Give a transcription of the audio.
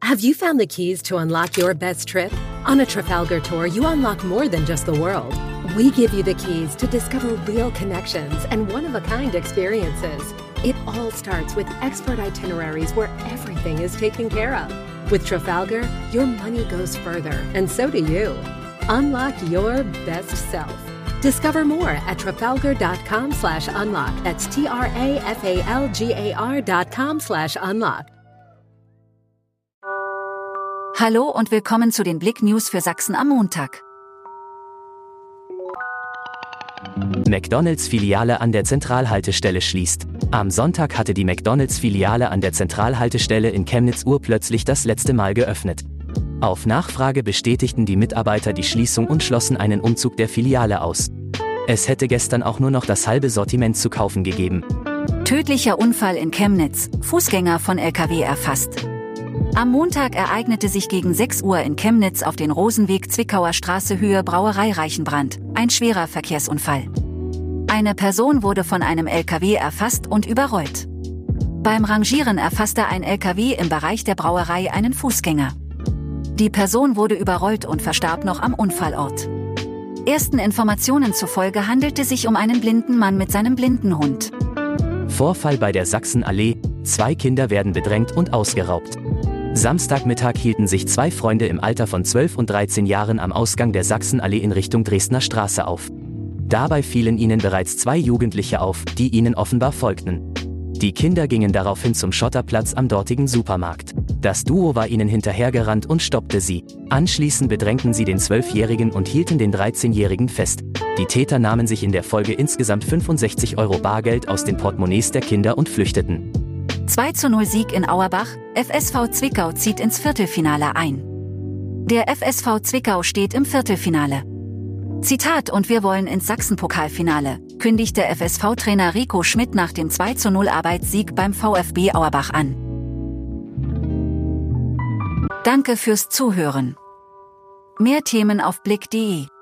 Have you found the keys to unlock your best trip? On a Trafalgar tour, you unlock more than just the world. We give you the keys to discover real connections and one-of-a-kind experiences. It all starts with expert itineraries where everything is taken care of. With Trafalgar, your money goes further, and so do you. Unlock your best self. Discover more at trafalgar.com/unlock. That's TRAFALGAR.com/unlock. Hallo und willkommen zu den Blick News für Sachsen am Montag. McDonalds-Filiale an der Zentralhaltestelle schließt. Am Sonntag hatte die McDonalds-Filiale an der Zentralhaltestelle in Chemnitz urplötzlich das letzte Mal geöffnet. Auf Nachfrage bestätigten die Mitarbeiter die Schließung und schlossen einen Umzug der Filiale aus. Es hätte gestern auch nur noch das halbe Sortiment zu kaufen gegeben. Tödlicher Unfall in Chemnitz, Fußgänger von LKW erfasst. Am Montag ereignete sich gegen 6 Uhr in Chemnitz auf den Rosenweg Zwickauer Straße Höhe Brauerei Reichenbrand ein schwerer Verkehrsunfall. Eine Person wurde von einem LKW erfasst und überrollt. Beim Rangieren erfasste ein LKW im Bereich der Brauerei einen Fußgänger. Die Person wurde überrollt und verstarb noch am Unfallort. Ersten Informationen zufolge handelte es sich um einen blinden Mann mit seinem blinden Hund. Vorfall bei der Sachsenallee, 2 Kinder werden bedrängt und ausgeraubt. Samstagmittag hielten sich 2 Freunde im Alter von 12 und 13 Jahren am Ausgang der Sachsenallee in Richtung Dresdner Straße auf. Dabei fielen ihnen bereits 2 Jugendliche auf, die ihnen offenbar folgten. Die Kinder gingen daraufhin zum Schotterplatz am dortigen Supermarkt. Das Duo war ihnen hinterhergerannt und stoppte sie. Anschließend bedrängten sie den 12-Jährigen und hielten den 13-Jährigen fest. Die Täter nahmen sich in der Folge insgesamt 65 € Bargeld aus den Portemonnaies der Kinder und flüchteten. 2:0 Sieg in Auerbach, FSV Zwickau zieht ins Viertelfinale ein. Der FSV Zwickau steht im Viertelfinale. Zitat: Und wir wollen ins Sachsenpokalfinale, kündigte FSV-Trainer Rico Schmidt nach dem 2:0 Arbeitssieg beim VfB Auerbach an. Danke fürs Zuhören. Mehr Themen auf blick.de